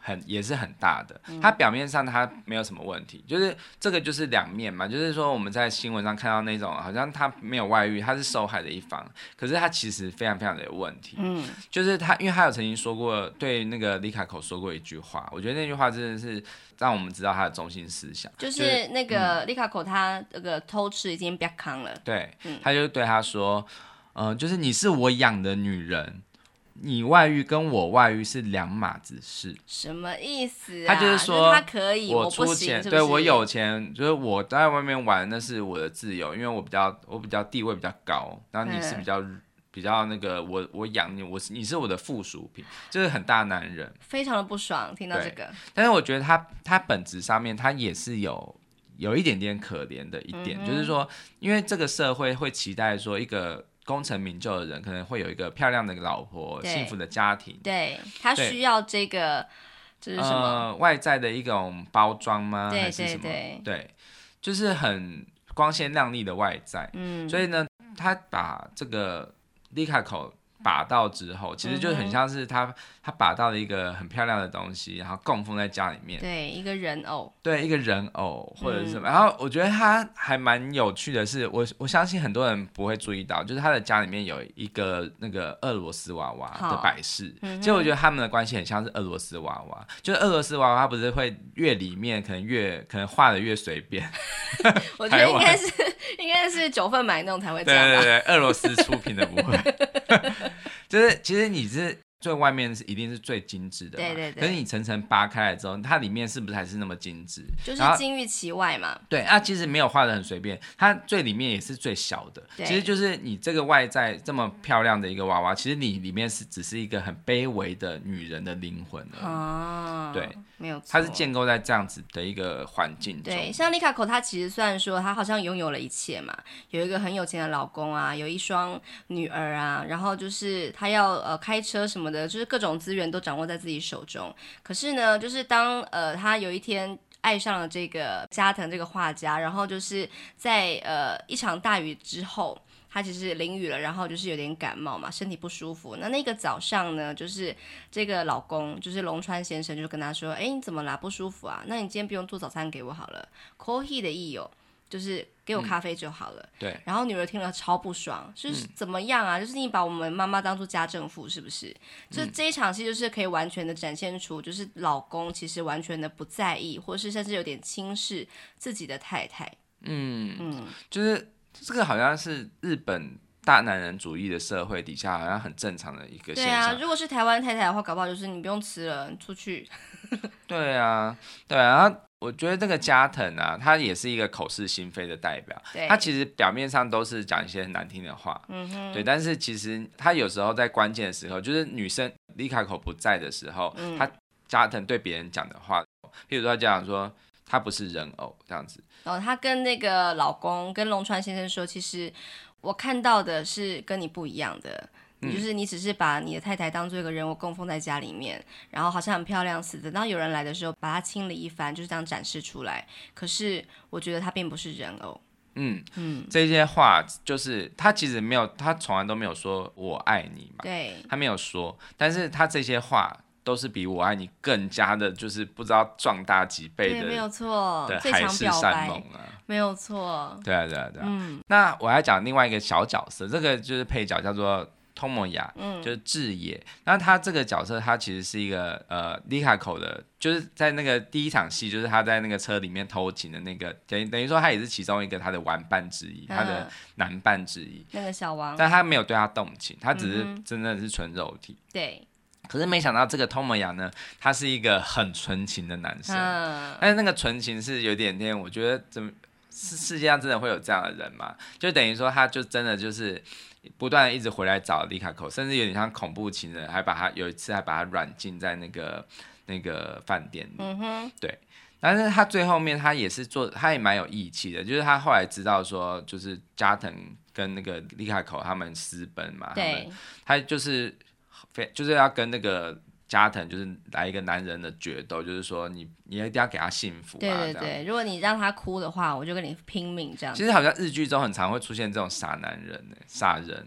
也是很大的。他表面上他没有什么问题，就是这个就是两面嘛，就是说我们在新闻上看到那种好像他没有外遇，他是受害的一方，可是他其实非常非常的有问题。就是他，因为他有曾经说过，对那个李卡口说过一句话，我觉得那句话真的是让我们知道他的中心思想， 就是那个李卡口他那个偷吃已经不要扛了。 对，他就对他说，就是你是我养的女人。你外遇跟我外遇是两码子事， 什么意思啊？ 他就是说， 他可以， 我出钱， 是不是对我有钱，就是我在外面玩那是我的自由，因为我比较地位比较高，然后你是比较那个我养你，你是我的附属品，就是很大男人， 非常的不爽听到这个。 但是我觉得他本质上面他也是有一点点可怜的一点，就是说，因为这个社会会期待说一个功成名就的人可能会有一个漂亮的老婆、幸福的家庭， 对他需要这个，这是什么？ 外在的一种包装吗？ 对还是什么？ 对， 对，就是很光鲜亮丽的外在。所以呢，他把这个丽卡口把到之后，其实就很像是他把到了一个很漂亮的东西，然后供奉在家里面。 对，一个人偶。 对，一个人偶或者是什么。然后我觉得他还蛮有趣的是，我相信很多人不会注意到，就是他的家里面有一个那个俄罗斯娃娃的摆饰。其实我觉得他们的关系很像是俄罗斯娃娃，就是俄罗斯娃娃，它不是会越里面可能画的越随便。 我觉得应该是9份买那种才会这样吧。 对，俄罗斯出品的不会。就是其实你是最外面一定是最精致的嘛， 对， 可是你层扒开来之后，它里面是不是还是那么精致？ 就是金玉其外嘛。 对，其实没有画的很随便，它最里面也是最小的。其实就是你这个外在这么漂亮的一个娃娃，其实你里面只是一个很卑微的女人的灵魂而已。对， 没有错， 它是建构在这样子的一个环境中。 对，像丽卡口，她其实虽然说她好像拥有了一切嘛，有一个很有钱的老公啊，有一双女儿啊，然后就是她要开车什么的，就是各种资源都掌握在自己手中。可是呢，就是当她有一天爱上了这个加藤这个画家，然后就是在一场大雨之后。他其实淋雨了，然后就是有点感冒嘛，身体不舒服。那个早上呢，就是这个老公，就是龙川先生，就跟他说：“哎，你怎么啦？不舒服啊？那你今天不用做早餐给我好了 ，coffee 的意有就是给我咖啡就好了。 对。 然后女儿听了超不爽，就是怎么样啊？就是你把我们妈妈当做家政妇是不是？就这一场戏就是可以完全的展现出，就是老公其实完全的不在意，或是甚至有点轻视自己的太太。 就是。这个好像是日本大男人主义的社会底下好像很正常的一个现象。 对啊，如果是台湾太太的话，搞不好就是你不用吃了，你出去。 对啊。然后我觉得这个加藤啊，他也是一个口是心非的代表。他其实表面上都是讲一些很难听的话，对，但是其实他有时候在关键的时候，就是女生丽卡口不在的时候，他加藤对别人讲的话，譬如说他讲说。他不是人偶这样子， 他跟那个老公跟龙川先生说，其实我看到的是跟你不一样的，就是你只是把你的太太当做一个人偶供奉在家里面，然后好像很漂亮似的，当有人来的时候把它清理一番，就是这样展示出来。可是我觉得他并不是人偶。 这些话就是他其实没有，他从来都没有说我爱你嘛， 对， 他没有说，但是他这些话。都是比我爱你更加的，就是不知道壮大几倍的， 对，没有错， 的海誓山盟啊， 没有错， 对啊。那我还讲另外一个小角色，这个就是配角叫做Tomoya，就是志野。那他这个角色，他其实是一个丽卡口的，就是在那个第一场戏，就是他在那个车里面偷情的那个，等于说他也是其中一个他的玩伴之一，他的男伴之一， 那个小王， 但他没有对他动情，他只是真的是纯肉体， 对。 可是没想到这个 Tomoya 呢，他是一个很纯情的男生，但是那个纯情是有点点，我觉得世界上真的会有这样的人吗？就等于说他就真的就是不断的一直回来找丽卡口，甚至有点像恐怖情人，有一次还把他软禁在那个饭店里，对。但是他最后面他也蛮有义气的，就是他后来知道说，就是加藤跟那个丽卡口他们私奔嘛，他就是要跟那个加藤就是来一个男人的决斗，就是说你一定要给他幸福啊， 对，如果你让他哭的话，我就跟你拼命这样。 其实好像日剧中很常会出现这种傻男人、傻人。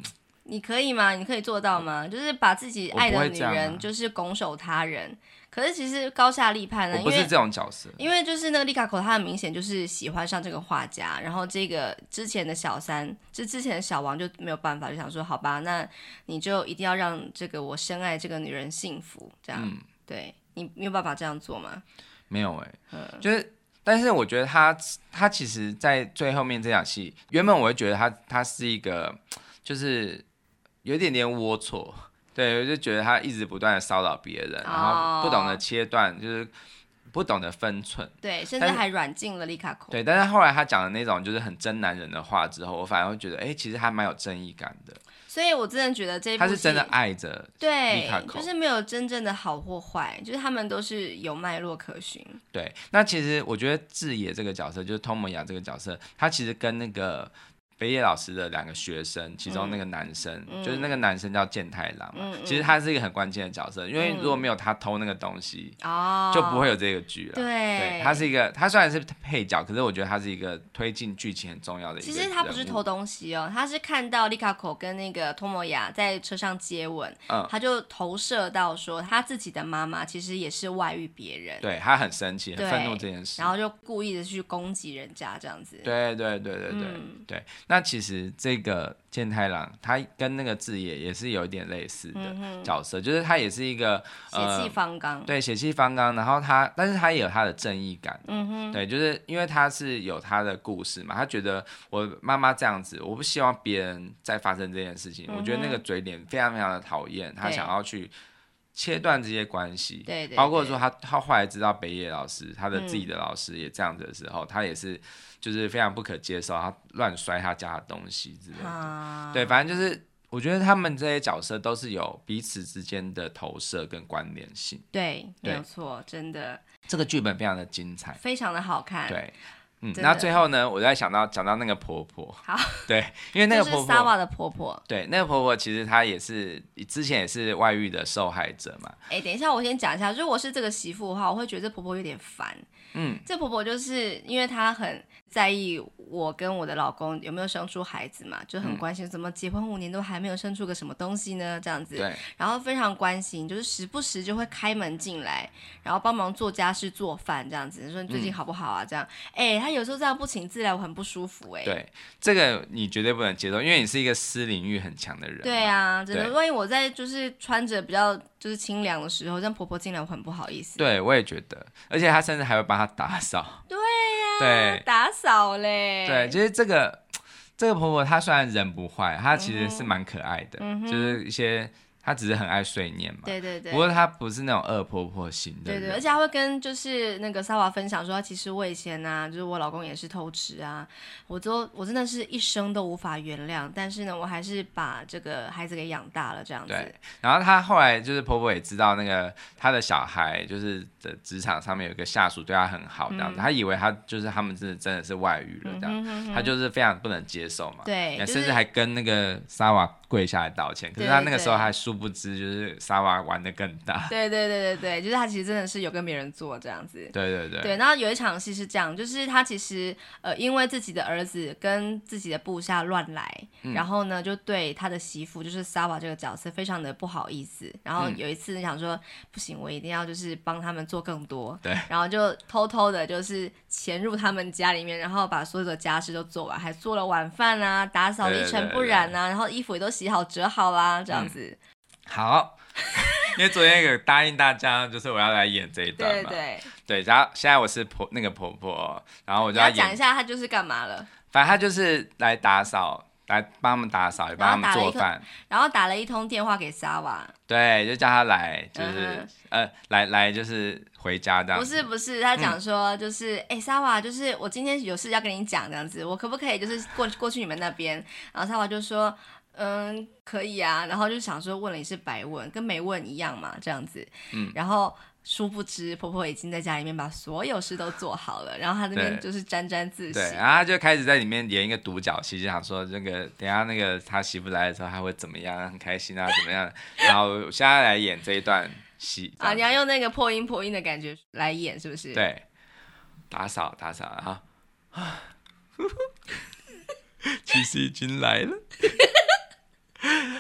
你可以吗？你可以做到吗？就是把自己爱的女人就是拱手他人。可是其实高下立判呢， 我不是这种角色， 因为就是那个利卡口，他很明显就是喜欢上这个画家，然后这个之前的小三，之前的小王就没有办法，就想说好吧，那你就一定要让这个我深爱这个女人幸福，这样，对你没有办法这样做吗？ 没有就是。但是我觉得他其实，在最后面这场戏，原本我会觉得他是一个，就是有一点点龌龊，对，我就觉得他一直不断的骚扰别人，然后不懂得切断，就是不懂得分寸， 对，甚至还软禁了利卡口。 对，但是后来他讲的那种就是很真男人的话之后，我反而会觉得，其实还蛮有正义感的。 所以我真的觉得这一部戏他是真的爱着利卡口， 对，就是没有真正的好或坏，就是他们都是有脉络可循。 对，那其实我觉得智野这个角色，就是托摩亚这个角色，他其实跟那个北野老师的2个学生，其中那个男生，就是那个男生叫健太郎嘛，其实他是一个很关键的角色，因为如果没有他偷那个东西，就不会有这个剧了。 对， 他是一个，他虽然是配角，可是我觉得他是一个推进剧情很重要的一个人物。 其实他不是偷东西哦，他是看到利卡口跟那个托摩亚在车上接吻，他就投射到说他自己的妈妈其实也是外遇别人， 对他很生气、很愤怒这件事， 然后就故意的去攻击人家这样子。 对。那其实这个健太郎他跟那个智野也是有一点类似的角色，就是他也是一个血气方刚， 对，血气方刚，然后但是他也有他的正义感，对，就是因为他是有他的故事嘛，他觉得我妈妈这样子，我不希望别人再发生这件事情，我觉得那个嘴脸非常非常的讨厌，他想要去切断这些关系， 对， 包括说他后来知道北野老师他的自己的老师也这样子的时候，他也是就是非常不可接受，他乱摔他家的东西之类的，对，反正就是我觉得他们这些角色都是有彼此之间的投射跟关联性， 对，没有错，真的， 这个剧本非常的精彩， 非常的好看， 对。那最后呢，我在讲到那个婆婆， 好， 对，因为那个婆婆就是沙瓦的婆婆， 对，那个婆婆其实她也是之前也是外遇的受害者嘛。 等一下，我先讲一下，如果是这个媳妇的话，我会觉得这婆婆有点烦。这婆婆就是因为她很在意我跟我的老公有没有生出孩子嘛，就很关心怎么结婚5年都还没有生出个什么东西呢，这样子。 对。 然后非常关心，就是时不时就会开门进来，然后帮忙做家事、做饭这样子，说你最近好不好啊？这样。她有时候这样不请自来，我很不舒服对，这个你绝对不能接受，因为你是一个私领域很强的人。 对啊，真的。万一我在就是穿着比较就是清凉的时候，让婆婆进来，我很不好意思。 对，我也觉得，而且她甚至还会帮她打扫。 对呀，对，打扫嘞。 对，其实这个婆婆她虽然人不坏，她其实是蛮可爱的，就是一些。她只是很爱碎念嘛， 对， 不过她不是那种恶婆婆型的人， 对，而且她会跟就是那个沙瓦分享说，其实我以前啊，就是我老公也是偷吃啊，我真的是一生都无法原谅，但是呢，我还是把这个孩子给养大了这样子。 对，然后她后来就是婆婆也知道那个她的小孩就是的职场上面有一个下属对她很好这样子，她以为他们真的是外遇了这样，她就是非常不能接受嘛， 对， 甚至还跟那个沙瓦跪下来道歉，可是她那个时候还殊不知就是沙瓦玩得更大。 对，就是他其实真的是有跟别人做这样子。 对， 然后有一场戏是这样，就是他其实因为自己的儿子跟自己的部下乱来，然后呢就对他的媳妇就是沙瓦这个角色非常的不好意思，然后有一次想说不行，我一定要就是帮他们做更多， 对， 然后就偷偷的就是潜入他们家里面，然后把所有的家事都做完，还做了晚饭啊，打扫一尘不染啊，然后衣服也都洗好折好啦，这样子。 好，因为昨天有答应大家，就是我要来演这一段嘛。对，然后现在我是那个婆婆，然后我就要讲一下她就是干嘛了。 反正她就是来打扫，来帮他们打扫，也帮他们做饭， 然后打了一通电话给沙瓦。 对，就叫他来，就是来就是回家这样。 不是，他讲说就是沙瓦，就是我今天有事要跟你讲这样子，我可不可以就是过去你们那边？然后沙瓦就说。可以啊，然后就想说问了也是白问，跟没问一样嘛，这样子。然后殊不知婆婆已经在家里面把所有事都做好了，然后她那边就是沾沾自喜。 对，然后她就开始在里面演一个独角戏，就想说这个等一下那个她媳妇来的时候，她会怎么样，很开心啊，怎么样？然后我现在来演这一段戏啊，你要用那个破音的感觉来演，是不是？ 对，打扫，然后其实已经来了。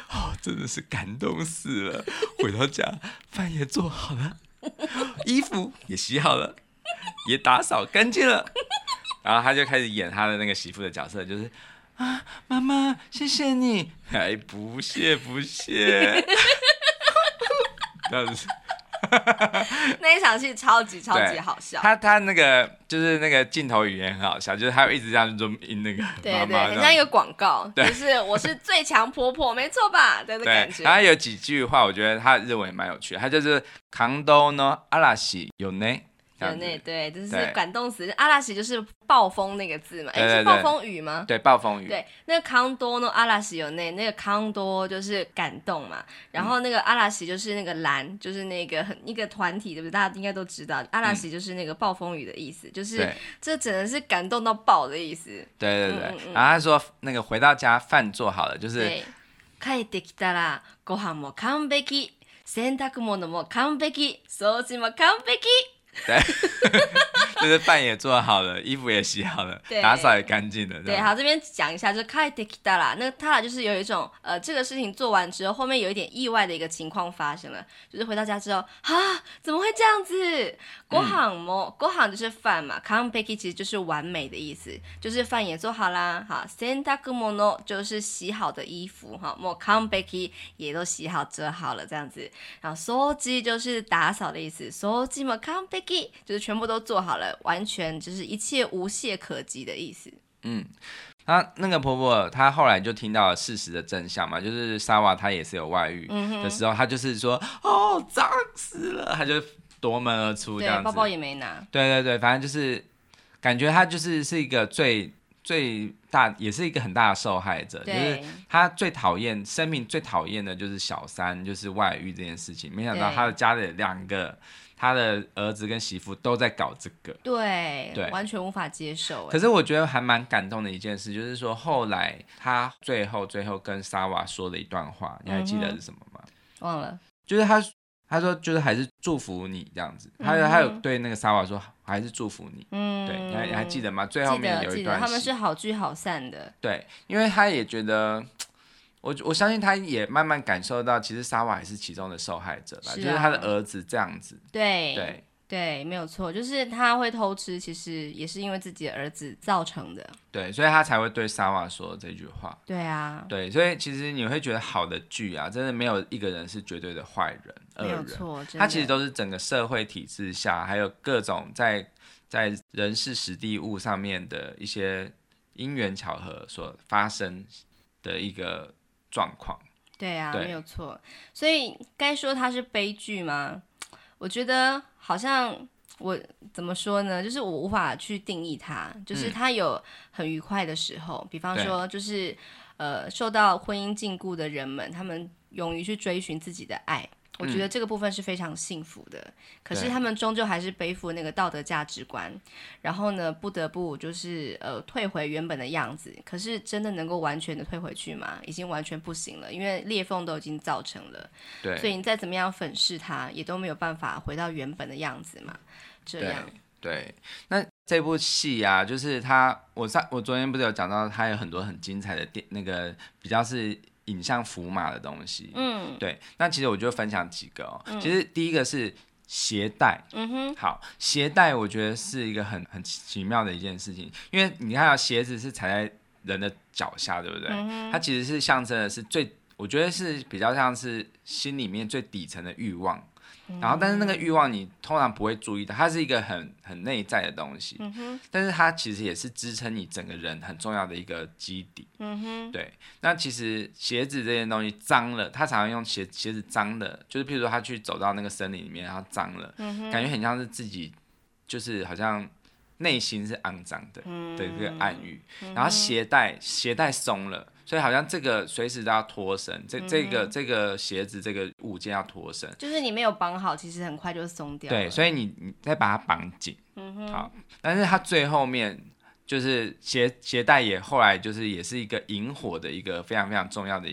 真的是感动死了。回到家，饭也做好了，衣服也洗好了，也打扫干净了。然后他就开始演他的那个媳妇的角色，就是啊，妈妈，谢谢你。哎，不谢不谢。这样子。 那一场戏超级好笑。 他那个就是那个镜头语言很好笑，就是他会一直这样做那个妈妈， 很像一个广告，就是我是最强婆婆，没错吧？的感觉。 然后有几句话，我觉得他日文也蛮有趣的，他就是扛刀呢阿拉西有呢。 对，就是感动死。阿拉西就是暴风那个字嘛，是暴风雨吗？ 对，暴风雨。 对，那个康多呢？阿拉西有那个康多就是感动嘛，然后那个阿拉西就是那个蓝，就是那个一个团体，对不对？大家应该都知道，阿拉西就是那个暴风雨的意思，就是这真的是感动到爆的意思。 对，然后他说那个回到家饭做好了，就是帰ってきたらご飯も完璧、洗濯物も完璧、掃除も完璧。 对，就是饭也做好了，衣服也洗好了，打扫也干净了。 对，好，这边讲一下，就帰ってきたら，那他俩就是有一种这个事情做完之后，后面有一点意外的一个情况发生了，就是回到家之后，怎么会这样子？ご飯もご飯就是饭嘛，完璧其实就是完美的意思，就是饭也做好啦。好，洗濯物就是洗好的衣服，哈，もう完璧也都洗好折好了这样子。然后掃除就是打扫的意思，掃除も完璧。就是全部都做好了，完全就是一切无懈可击的意思。 她那个婆婆，她后来就听到了事实的真相嘛，就是沙瓦她也是有外遇的时候，她就是说脏死了，她就夺门而出这样子， 对，包包也没拿。 对，反正就是感觉她就是一个最大，也是一个很大的受害者，就是她最讨厌生命最讨厌的就是小三，就是外遇这件事情。没想到她的家里两个。他的儿子跟媳妇都在搞这个， 对，完全无法接受。 可是我觉得还蛮感动的一件事，就是说后来他最后跟沙瓦说了一段话，你还记得是什么吗？ 忘了， 就是他说就是还是祝福你这样子，他有对那个沙瓦说还是祝福你，对，你还记得吗？最后面有一段， 他们是好聚好散的， 对，因为他也觉得。我相信他也慢慢感受到，其实沙瓦也是其中的受害者吧，就是他的儿子这样子。 对，没有错，就是他会偷吃，其实也是因为自己的儿子造成的。 对，所以他才会对沙瓦说这句话。 对啊， 对，所以其实你会觉得好的剧啊，真的没有一个人是绝对的坏人、恶人，没有错，他其实都是整个社会体制下，还有各种在人事时地物上面的一些因缘巧合所发生的一个状况。 对啊，没有错。所以该说它是悲剧吗？我觉得好像我怎么说呢？就是我无法去定义它，就是它有很愉快的时候，比方说就是受到婚姻禁锢的人们，他们勇于去追寻自己的爱。我觉得这个部分是非常幸福的，可是他们终究还是背负那个道德价值观，然后呢，不得不就是退回原本的样子。可是真的能够完全的退回去吗？已经完全不行了，因为裂缝都已经造成了。对，所以你再怎么样粉饰它，也都没有办法回到原本的样子嘛。这样。 对，那这部戏啊，就是我昨天不是有讲到，它有很多很精彩的那个比较是。影像符码的东西，对，那其实我就分享几个其实第一个是鞋带，好，鞋带我觉得是一个很奇妙的一件事情，因为你看鞋子是踩在人的脚下，对不对？它其实是象征的是我觉得是比较像是心里面最底层的欲望。然后，但是那个欲望你通常不会注意到，它是一个很内在的东西，但是它其实也是支撑你整个人很重要的一个基底。对。那其实鞋子这件东西脏了，他常常用鞋子脏的，就是譬如说他去走到那个森林里面，然后脏了，感觉很像是自己就是好像内心是肮脏的一个暗喻。然后鞋带松了。所以好像这个随时都要脱身，这个鞋子这个物件要脱身， 就是你没有绑好，其实很快就松掉了。 对，所以你再把它绑紧，好。但是它最后面就是鞋带也后来就是也是一个引火的一个非常非常重要的一个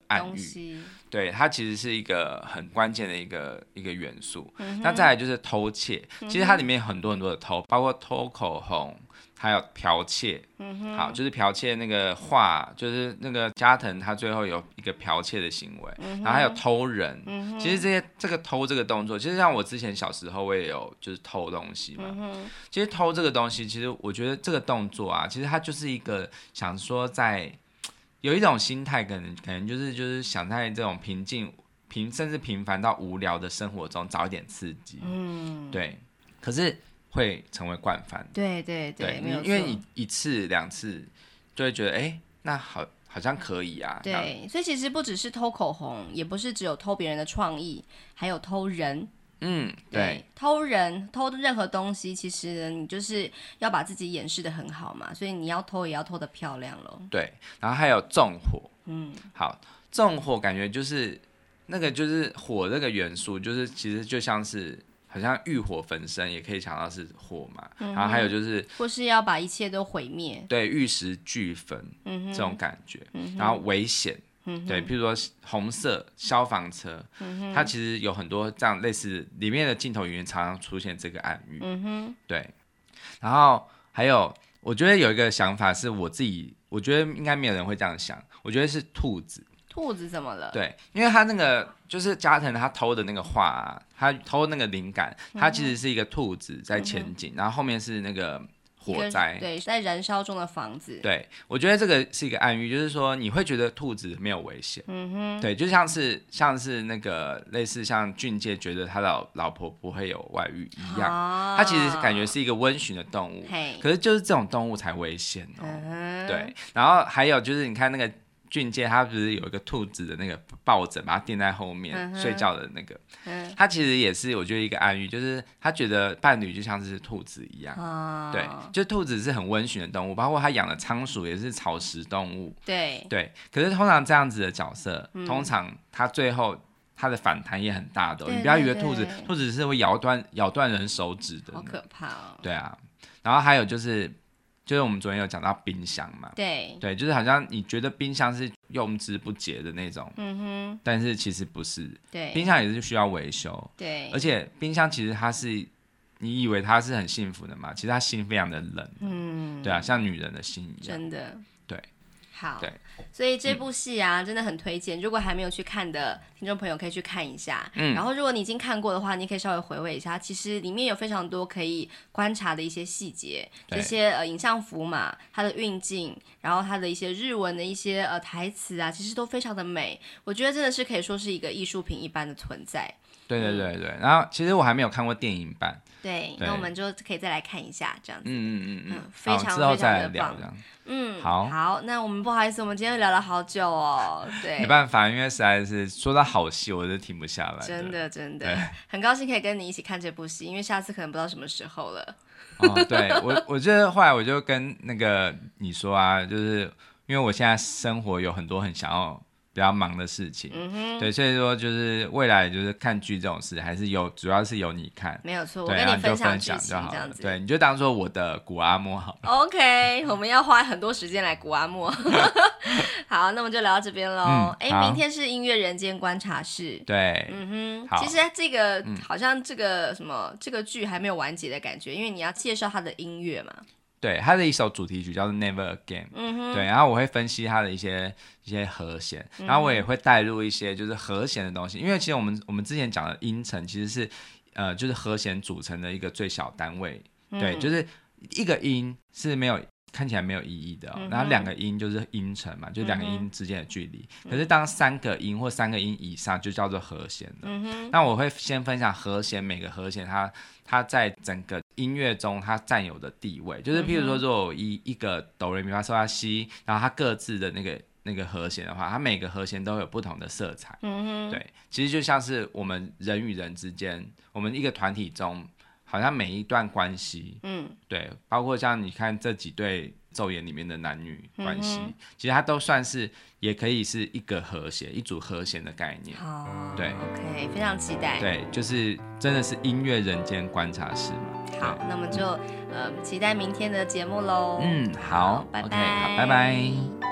暗喻，对，它其实是一个很关键的一个元素。那再来就是偷窃，其实它里面有很多很多的偷，包括偷口红，还有剽窃。好，就是剽窃那个画，就是那个加藤他最后有一个剽窃的行为，然后还有偷人。其实这个偷这个动作，其实像我之前小时候我也有就是偷东西嘛。其实偷这个东西，其实我觉得这个动作啊，其实它就是一个想说在有一种心态，可能就是想在这种甚至平凡到无聊的生活中找一点刺激。对，可是会成为惯犯。 对，没有错， 因为你一次两次就会觉得，那好像可以啊。 对，所以其实不只是偷口红，也不是只有偷别人的创意，还有偷人。对，偷人偷任何东西，其实你就是要把自己掩饰得很好嘛，所以你要偷也要偷得漂亮咯。 对，然后还有纵火。好，纵火感觉就是那个就是火这个元素，就是其实就像是好像欲火焚身，也可以想到是火嘛。然后还有就是或是要把一切都毁灭， 对，玉石俱焚。这种感觉。然后危险。对，譬如说红色消防车，它其实有很多这样类似，里面的镜头语言常常出现这个暗喻。对，然后还有，我觉得有一个想法是我觉得应该没有人会这样想，我觉得是兔子。 兔子怎么了？ 对，因为他那个就是加藤他偷的那个画啊，他偷那个灵感，他其实是一个兔子在前进，然后后面是那个火灾， 对，在燃烧中的房子。 对，我觉得这个是一个暗喻，就是说你会觉得兔子没有危险。对，就像是那个类似像俊介觉得他老婆不会有外遇一样，他其实感觉是一个温驯的动物，可是就是这种动物才危险哦。对，然后还有就是你看那个俊介他不是有一个兔子的那个抱枕，把它垫在后面睡觉的那个，他其实也是我觉得一个暗喻，就是他觉得伴侣就像是兔子一样。对，就兔子是很温驯的动物，包括他养的仓鼠也是草食动物。对，可是通常这样子的角色，通常他最后他的反弹也很大的。你不要以为兔子是会咬断人手指的， 好可怕哦。 对啊，然后还有就是我们昨天有讲到冰箱嘛。对，就是好像你觉得冰箱是用之不竭的那种。但是其实不是。对，冰箱也是需要维修。对，而且冰箱其实它是你以为它是很幸福的嘛，其实它心非常的冷。对啊，像女人的心一样。真的。对。 好，所以这部戏啊，真的很推荐。如果还没有去看的听众朋友，可以去看一下。然后，如果你已经看过的话，你可以稍微回味一下。其实里面有非常多可以观察的一些细节，这些影像符码、它的运镜，然后它的一些日文的一些台词啊，其实都非常的美。我觉得真的是可以说是一个艺术品一般的存在。 对。然后，其实我还没有看过电影版。 对，那我们就可以再来看一下，这样子。 非常非常的棒。 好，那我们不好意思，我们今天聊了好久哦。对， 没办法，因为实在是说到好戏，我就停不下来。 真的，很高兴可以跟你一起看这部戏，因为下次可能不知道什么时候了。 对，我觉得后来我就跟那个你说啊，就是因为我现在生活有很多很想要比较忙的事情。对，所以说就是未来就是看剧这种事，还是主要是由你看， 没有错，我跟你分享剧情这样子。 对，你就当做我的古阿莫好了。 OK， 我们要花很多时间来古阿莫。好，那我们就聊到这边喽。明天是音乐人间观察室。对，其实这个好像这个剧还没有完结的感觉，因为你要介绍他的音乐嘛。 对，他的一首主题曲叫做 Never Again。对，然后我会分析他的一些和弦，然后我也会带入一些就是和弦的东西，因为其实我们之前讲的音程其实是就是和弦组成的一个最小单位。对，就是一个音是看起来没有意义的。然后两个音就是音程嘛，就两个音之间的距离。可是当三个音或三个音以上就叫做和弦了。那我会先分享和弦，每个和弦它在整个音乐中它占有的地位，就是譬如说如果一个哆来咪发嗦拉西，然后它各自的那个和弦的话，它每个和弦都有不同的色彩。对，其实就像是我们人与人之间，我们一个团体中好像每一段关系，对，包括像你看这几对昼颜里面的男女关系，其实它都算是也可以是一个和弦，一组和弦的概念。对 ，OK， 非常期待。 对，就是真的是音乐人间观察室嘛。 好，那我们就期待明天的节目喽。 好， 拜拜。 OK， 好，拜拜。